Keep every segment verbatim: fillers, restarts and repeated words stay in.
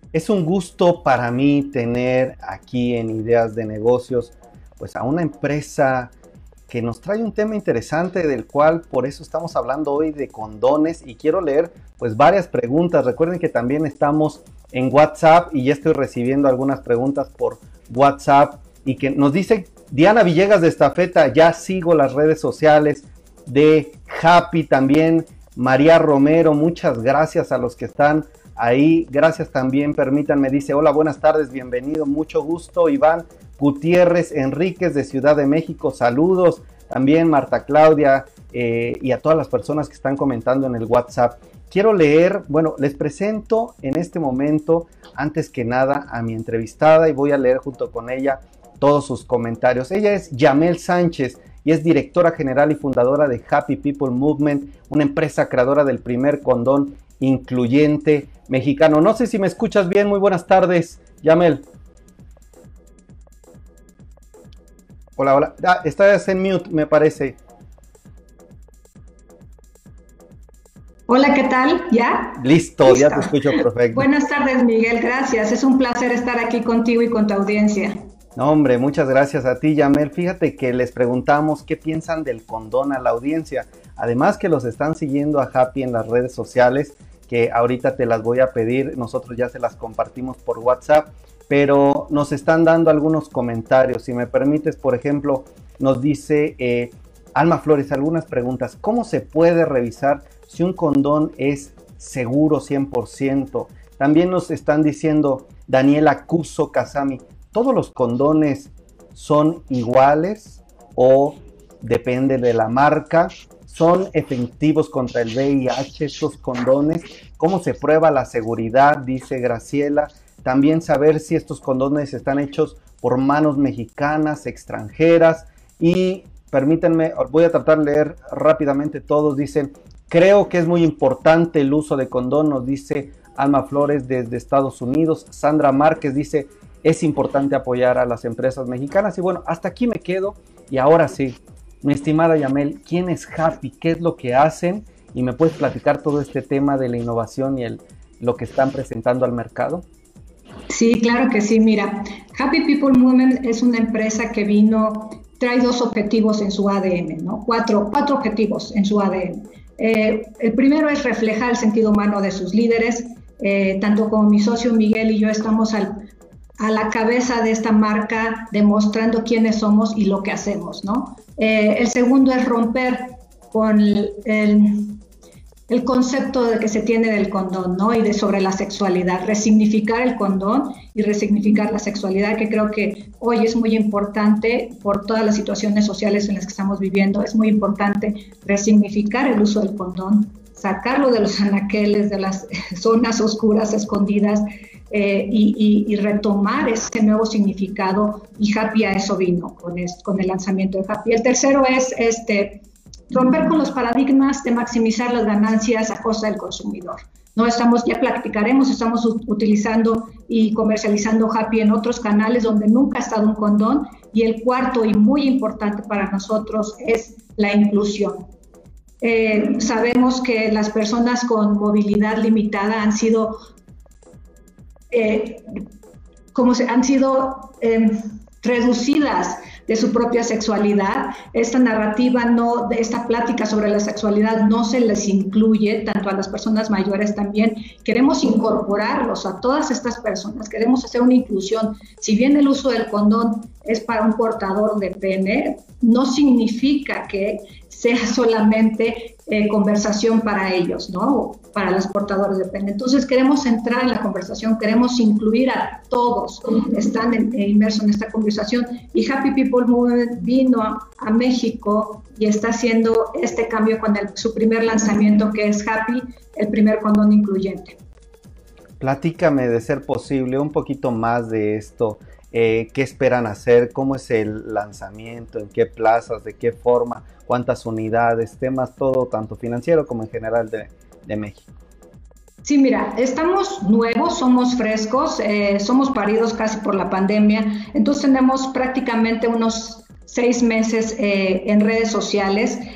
Es un gusto para mí tener aquí en Ideas de Negocios pues a una empresa que nos trae un tema interesante del cual por eso estamos hablando hoy de condones y quiero leer pues varias preguntas. Recuerden que también estamos en WhatsApp y ya estoy recibiendo algunas preguntas por WhatsApp y que nos dice Diana Villegas de Estafeta, ya sigo las redes sociales de Happy, también María Romero, muchas gracias a los que están ahí, gracias también, permítanme, dice, hola, buenas tardes, bienvenido, mucho gusto, Iván Gutiérrez Enríquez de Ciudad de México, saludos, también Marta Claudia eh, y a todas las personas que están comentando en el WhatsApp. Quiero leer, bueno, les presento en este momento, antes que nada, a mi entrevistada y voy a leer junto con ella todos sus comentarios. Ella es Yamel Sánchez y es directora general y fundadora de Happy People Movement, una empresa creadora del primer condón incluyente mexicano. No sé si me escuchas bien, muy buenas tardes, Yamel. Hola, hola. Ah, estás en mute, me parece. Hola, ¿qué tal? ¿Ya? Listo, Listo, ya te escucho perfecto. Buenas tardes, Miguel, gracias. Es un placer estar aquí contigo y con tu audiencia. No, hombre, muchas gracias a ti, Yamel. Fíjate que les preguntamos qué piensan del condón a la audiencia. Además que los están siguiendo a Happy en las redes sociales, que ahorita te las voy a pedir. Nosotros ya se las compartimos por WhatsApp, pero nos están dando algunos comentarios. Si me permites, por ejemplo, nos dice eh, Alma Flores algunas preguntas. ¿Cómo se puede revisar si un condón es seguro cien por ciento? También nos están diciendo Daniela Cuso Casami, ¿todos los condones son iguales o depende de la marca? ¿Son efectivos contra el V I H estos condones? ¿Cómo se prueba la seguridad? Dice Graciela. También saber si estos condones están hechos por manos mexicanas, extranjeras. Y permítanme, voy a tratar de leer rápidamente todos. Dicen, creo que es muy importante el uso de condón, nos dice Alma Flores desde Estados Unidos. Sandra Márquez dice, es importante apoyar a las empresas mexicanas. Y bueno, hasta aquí me quedo. Y ahora sí, mi estimada Yamel, ¿quién es Happy? ¿Qué es lo que hacen? ¿Y me puedes platicar todo este tema de la innovación y el, lo que están presentando al mercado? Sí, claro que sí. Mira, Happy People Movement es una empresa que vino, trae dos objetivos en su A D N, ¿no? Cuatro, cuatro objetivos en su A D N. Eh, el primero es reflejar el sentido humano de sus líderes. Eh, tanto como mi socio Miguel y yo estamos al a la cabeza de esta marca, demostrando quiénes somos y lo que hacemos, ¿no? Eh, el segundo es romper con el, el, el concepto de que se tiene del condón, ¿no? Y de sobre la sexualidad, resignificar el condón y resignificar la sexualidad, que creo que hoy es muy importante por todas las situaciones sociales en las que estamos viviendo. Es muy importante resignificar el uso del condón, sacarlo de los anaqueles, de las zonas oscuras, escondidas, Eh, y, y, y retomar ese nuevo significado, y Happy a eso vino con, es, con el lanzamiento de Happy. El tercero es este, romper con los paradigmas de maximizar las ganancias a costa del consumidor. No estamos, ya platicaremos, estamos utilizando y comercializando Happy en otros canales donde nunca ha estado un condón. Y el cuarto y muy importante para nosotros es la inclusión. Eh, sabemos que las personas con movilidad limitada han sido Eh, como se han sido eh, reducidas de su propia sexualidad. Esta narrativa, no, de esta plática sobre la sexualidad no se les incluye, tanto a las personas mayores también. Queremos incorporarlos a todas estas personas, queremos hacer una inclusión. Si bien el uso del condón es para un portador de pene, no significa que sea solamente eh, conversación para ellos, ¿no? Para los portadores de pene. Entonces queremos entrar en la conversación, queremos incluir a todos, están en, eh, inmersos en esta conversación, y Happy People Movement vino a, a México y está haciendo este cambio con el, su primer lanzamiento, que es Happy, el primer condón incluyente. Platícame, de ser posible, un poquito más de esto. Eh, ¿Qué esperan hacer? ¿Cómo es el lanzamiento? ¿En qué plazas? ¿De qué forma? ¿Cuántas unidades? Temas todo, tanto financiero como en general de, de México. Sí, mira, estamos nuevos, somos frescos, eh, somos paridos casi por la pandemia, entonces tenemos prácticamente unos seis meses eh, en redes sociales.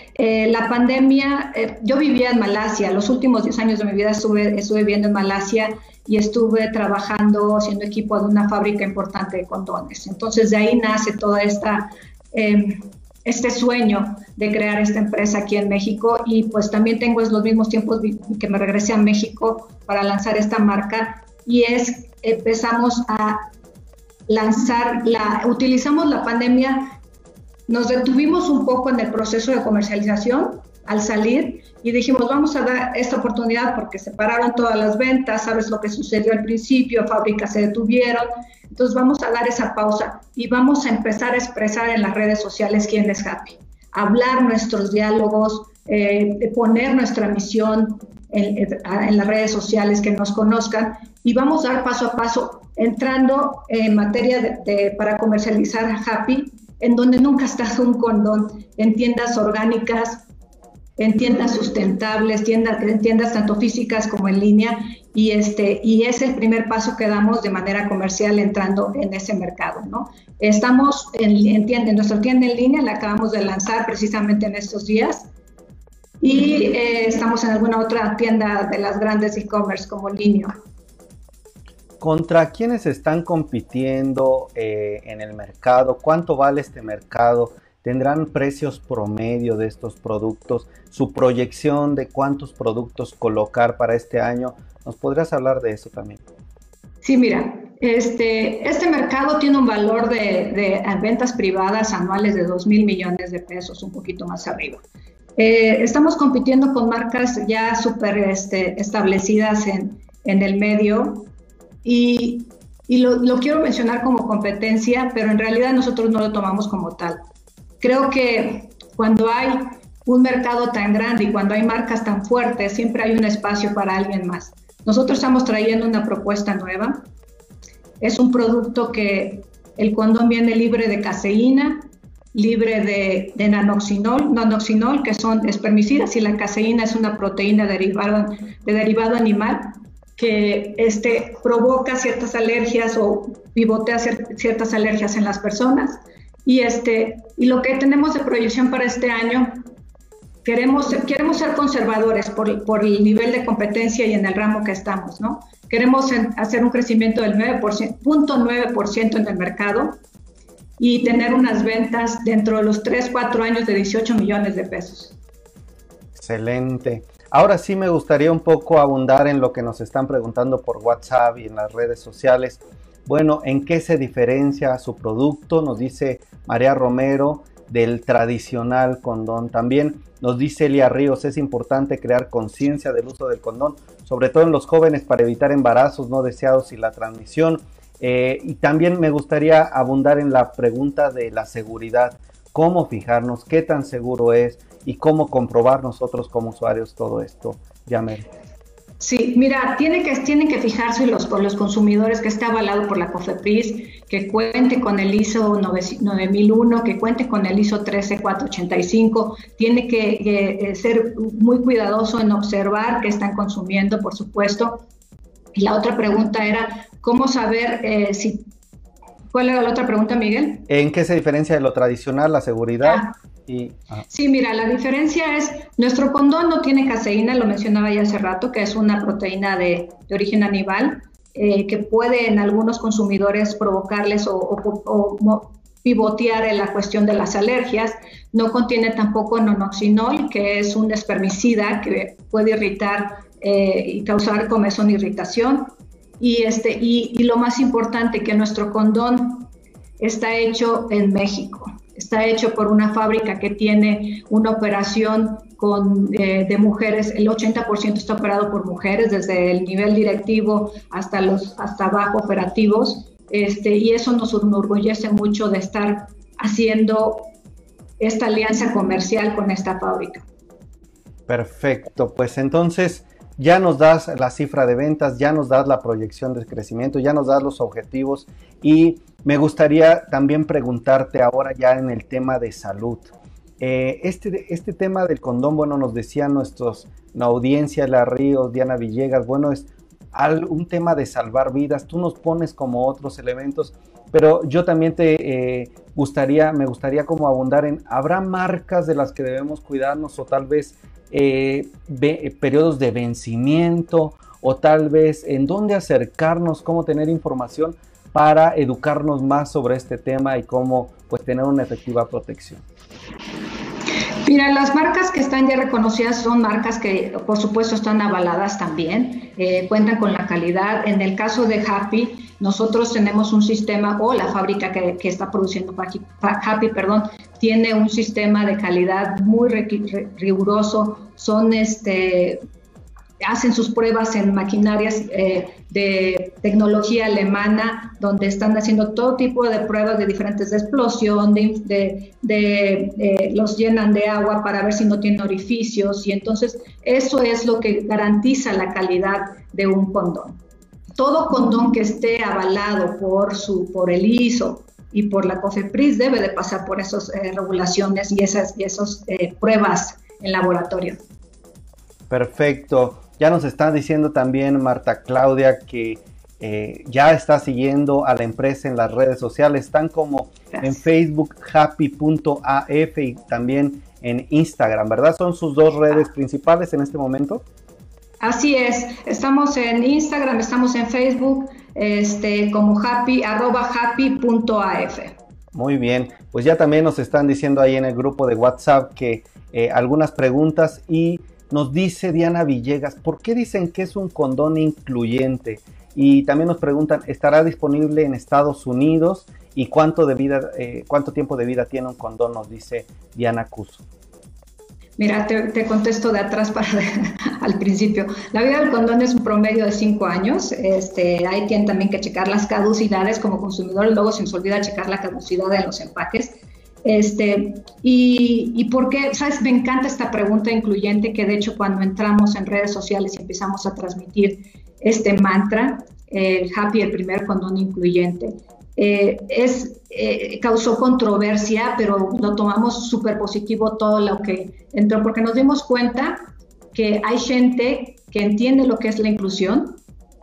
Eh, la pandemia, eh, yo vivía en Malasia, los últimos diez años de mi vida estuve, estuve viviendo en Malasia y estuve trabajando siendo equipo de una fábrica importante de condones. Entonces de ahí nace toda esta... Eh, este sueño de crear esta empresa aquí en México, y pues también tengo los mismos tiempos que me regresé a México para lanzar esta marca, y es, empezamos a lanzar, la, utilizamos la pandemia, nos detuvimos un poco en el proceso de comercialización al salir y dijimos vamos a dar esta oportunidad porque se pararon todas las ventas, sabes lo que sucedió al principio, fábricas se detuvieron, entonces vamos a dar esa pausa y vamos a empezar a expresar en las redes sociales quién es Happy, hablar nuestros diálogos, eh, poner nuestra misión en, en las redes sociales, que nos conozcan, y vamos a dar paso a paso entrando en materia de, de, para comercializar Happy, en donde nunca está un condón, en tiendas orgánicas, en tiendas sustentables, tiendas, en tiendas tanto físicas como en línea, y, este, y es el primer paso que damos de manera comercial entrando en ese mercado, ¿no? Estamos en, en, tienda, en nuestra tienda en línea, la acabamos de lanzar precisamente en estos días, y eh, estamos en alguna otra tienda de las grandes e-commerce como Linio. ¿Contra quiénes están compitiendo eh, en el mercado? ¿Cuánto vale este mercado? ¿Tendrán precios promedio de estos productos? ¿Su proyección de cuántos productos colocar para este año? ¿Nos podrías hablar de eso también? Sí, mira, este, este mercado tiene un valor de, de ventas privadas anuales de dos mil millones de pesos, un poquito más arriba. Eh, estamos compitiendo con marcas ya súper este, establecidas en, en el medio, y, y lo, lo quiero mencionar como competencia, pero en realidad nosotros no lo tomamos como tal. Creo que cuando hay un mercado tan grande y cuando hay marcas tan fuertes, siempre hay un espacio para alguien más. Nosotros estamos trayendo una propuesta nueva. Es un producto que el condón viene libre de caseína, libre de, de nanoxinol, nanoxinol, que son espermicidas, y la caseína es una proteína derivada, de derivado animal que este, provoca ciertas alergias o pivotea ciertas alergias en las personas. Y, este, y lo que tenemos de proyección para este año, queremos, queremos ser conservadores por, por el nivel de competencia y en el ramo que estamos, ¿no? Queremos en, hacer un crecimiento del nueve punto nueve por ciento en el mercado y tener unas ventas dentro de los tres, cuatro años de dieciocho millones de pesos. Excelente. Ahora sí me gustaría un poco abundar en lo que nos están preguntando por WhatsApp y en las redes sociales. Bueno, ¿en qué se diferencia su producto? Nos dice María Romero, del tradicional condón. También nos dice Elia Ríos, es importante crear conciencia del uso del condón, sobre todo en los jóvenes, para evitar embarazos no deseados y la transmisión. Eh, y también me gustaría abundar en la pregunta de la seguridad. ¿Cómo fijarnos? ¿Qué tan seguro es? Y cómo comprobar nosotros como usuarios todo esto. Yamel. Sí, mira, tiene que, tienen que fijarse los, por los consumidores que está avalado por la COFEPRIS, que cuente con el I S O nueve mil uno, que cuente con el I S O trece mil cuatrocientos ochenta y cinco, tiene que eh, ser muy cuidadoso en observar qué están consumiendo, por supuesto. Y la otra pregunta era, ¿cómo saber eh, si... ¿Cuál era la otra pregunta, Miguel? ¿En qué se diferencia de lo tradicional, la seguridad? Ah. Y, sí, mira, la diferencia es, nuestro condón no tiene caseína, lo mencionaba ya hace rato, que es una proteína de, de origen animal, eh, que puede en algunos consumidores provocarles o, o, o, o pivotear en la cuestión de las alergias. No contiene tampoco nanoxinol, que es un espermicida que puede irritar eh, y causar comezón, irritación. Y, este, y, y lo más importante, que nuestro condón está hecho en México. Está hecho por una fábrica que tiene una operación con, eh, de mujeres, el ochenta por ciento está operado por mujeres, desde el nivel directivo hasta los hasta abajo operativos, este, y eso nos enorgullece mucho de estar haciendo esta alianza comercial con esta fábrica. Perfecto, pues entonces ya nos das la cifra de ventas, ya nos das la proyección de crecimiento, ya nos das los objetivos, y me gustaría también preguntarte ahora ya en el tema de salud. Eh, este, este tema del condón, bueno, nos decían nuestros, la audiencia, La Ríos, Diana Villegas, bueno, es al, un tema de salvar vidas. Tú nos pones como otros elementos pero yo también te eh, gustaría, me gustaría como abundar en, ¿habrá marcas de las que debemos cuidarnos o tal vez eh, ve, periodos de vencimiento o tal vez en dónde acercarnos, cómo tener información para educarnos más sobre este tema y cómo pues tener una efectiva protección? Mira, las marcas que están ya reconocidas son marcas que, por supuesto, están avaladas también, eh, cuentan con la calidad. En el caso de Happy, nosotros tenemos un sistema, o la fábrica que, que está produciendo Happy, perdón, tiene un sistema de calidad muy riguroso. Son este... hacen sus pruebas en maquinarias eh, de tecnología alemana, donde están haciendo todo tipo de pruebas de diferentes de explosión, de, de, de eh, los llenan de agua para ver si no tienen orificios, y entonces eso es lo que garantiza la calidad de un condón. Todo condón que esté avalado por, su, por el I S O y por la COFEPRIS debe de pasar por esas eh, regulaciones y esas, y esas eh, pruebas en laboratorio. Perfecto. Ya nos está diciendo también Marta Claudia que eh, ya está siguiendo a la empresa en las redes sociales. Están como Gracias. En Facebook happy punto a f y también en Instagram, ¿verdad? ¿Son sus dos redes ah. principales en este momento? Así es. Estamos en Instagram, estamos en Facebook este, como happy, arroba happy punto a f. Muy bien. Pues ya también nos están diciendo ahí en el grupo de WhatsApp que eh, algunas preguntas y... Nos dice Diana Villegas, ¿por qué dicen que es un condón incluyente? Y también nos preguntan, ¿estará disponible en Estados Unidos? ¿Y cuánto de vida, eh, cuánto tiempo de vida tiene un condón? Nos dice Diana Cuso. Mira, te, te contesto de atrás para al principio. La vida del condón es un promedio de cinco años. Este, hay que también que checar las caducidades como consumidores. Luego se nos olvida checar la caducidad de los empaques. Este, y, y por qué, ¿sabes? Me encanta esta pregunta incluyente, que de hecho cuando entramos en redes sociales y empezamos a transmitir este mantra, el eh, Happy, el primer condón incluyente, eh, es, eh, causó controversia, pero lo tomamos súper positivo todo lo que entró, porque nos dimos cuenta que hay gente que entiende lo que es la inclusión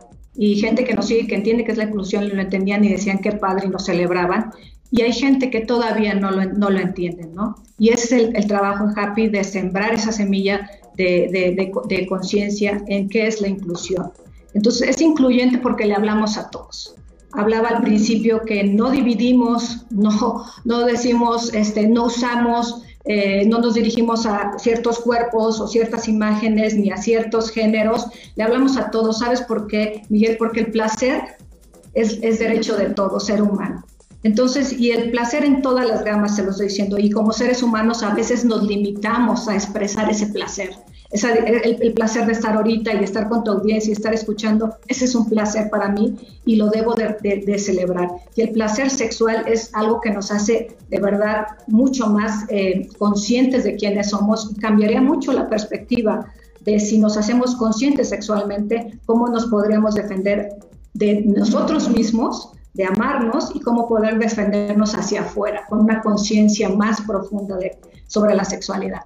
y gente que nos sigue, que entiende que es la inclusión y lo entendían y decían qué padre y lo celebraban. Y hay gente que todavía no lo, no lo entiende, ¿no? Y ese es el, el trabajo en Happy, de sembrar esa semilla de, de, de, de conciencia en qué es la inclusión. Entonces, es incluyente porque le hablamos a todos. Hablaba al principio que no dividimos, no, no decimos, este, no usamos, eh, no nos dirigimos a ciertos cuerpos o ciertas imágenes ni a ciertos géneros. Le hablamos a todos. ¿Sabes por qué, Miguel? Porque el placer es, es derecho de todo ser humano. Entonces, y el placer en todas las gamas, se lo estoy diciendo, y como seres humanos a veces nos limitamos a expresar ese placer, esa, el, el placer de estar ahorita y estar con tu audiencia y estar escuchando, ese es un placer para mí y lo debo de, de, de celebrar. Y el placer sexual es algo que nos hace de verdad mucho más eh, conscientes de quiénes somos, y cambiaría mucho la perspectiva de si nos hacemos conscientes sexualmente, cómo nos podríamos defender de nosotros mismos, de amarnos y cómo poder defendernos hacia afuera, con una conciencia más profunda de, sobre la sexualidad.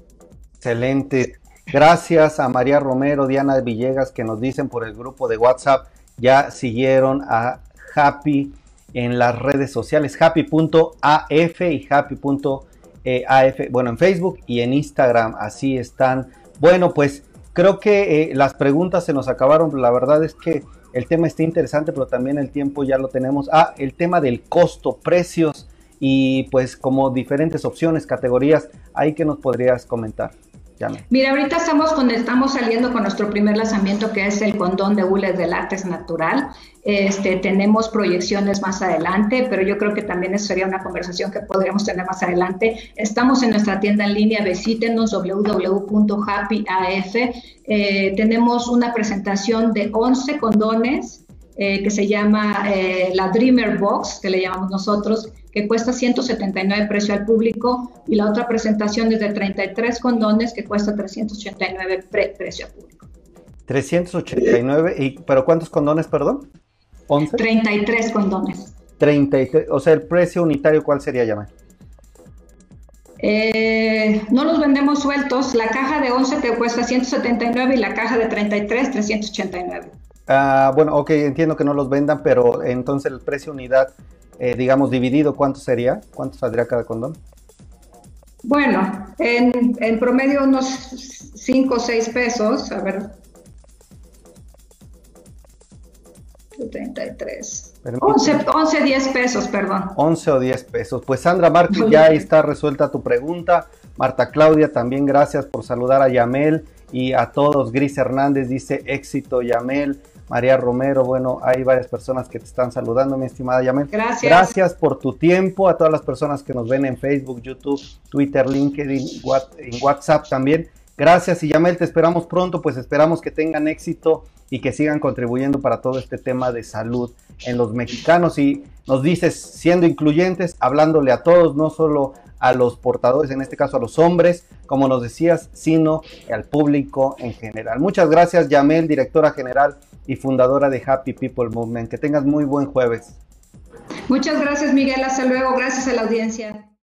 Excelente. Gracias a María Romero, Diana Villegas, que nos dicen por el grupo de WhatsApp, ya siguieron a Happy en las redes sociales, happy punto a f y happy punto a f, bueno, en Facebook y en Instagram, así están. Bueno, pues creo que eh, las preguntas se nos acabaron, la verdad es que el tema está interesante, pero también el tiempo ya lo tenemos. Ah, el tema del costo, precios y pues como diferentes opciones, categorías, ahí que nos podrías comentar. Llame. Mira, ahorita estamos, con, estamos saliendo con nuestro primer lanzamiento, que es el condón de hule de látex natural. Este, tenemos proyecciones más adelante, pero yo creo que también eso sería una conversación que podríamos tener más adelante. Estamos en nuestra tienda en línea, visítenos doble u doble u doble u punto happy punto a f. Eh, tenemos una presentación de once condones eh, que se llama eh, la Dreamer Box, que le llamamos nosotros, que cuesta ciento setenta y nueve precio al público, y la otra presentación es de treinta y tres condones, que cuesta trescientos ochenta y nueve pre precio al público. trescientos ochenta y nueve, y, ¿pero cuántos condones, perdón? ¿once? treinta y tres condones. treinta y tres, o sea, el precio unitario, ¿cuál sería, Yamel? Eh, no los vendemos sueltos. La caja de once te cuesta ciento setenta y nueve y la caja de treinta y tres, trescientos ochenta y nueve. Ah, bueno, ok, entiendo que no los vendan, pero entonces el precio unidad eh, digamos, dividido, ¿cuánto sería? ¿Cuánto saldría cada condón? Bueno, en, en promedio unos cinco o seis pesos, a ver. treinta y tres. once, diez pesos, perdón. once o diez pesos. Pues Sandra Márquez, ya está resuelta tu pregunta. Marta Claudia, también gracias por saludar a Yamel y a todos. Gris Hernández dice éxito, Yamel. María Romero, bueno, hay varias personas que te están saludando, mi estimada Yamel. Gracias. Gracias por tu tiempo, a todas las personas que nos ven en Facebook, YouTube, Twitter, LinkedIn, en WhatsApp también. Gracias, y Yamel, te esperamos pronto, pues esperamos que tengan éxito y que sigan contribuyendo para todo este tema de salud en los mexicanos. Y nos dices, siendo incluyentes, hablándole a todos, no solo a los portadores, en este caso a los hombres, como nos decías, sino al público en general. Muchas gracias, Yamel, directora general y fundadora de Happy People Movement. Que tengas muy buen jueves. Muchas gracias, Miguel. Hasta luego. Gracias a la audiencia.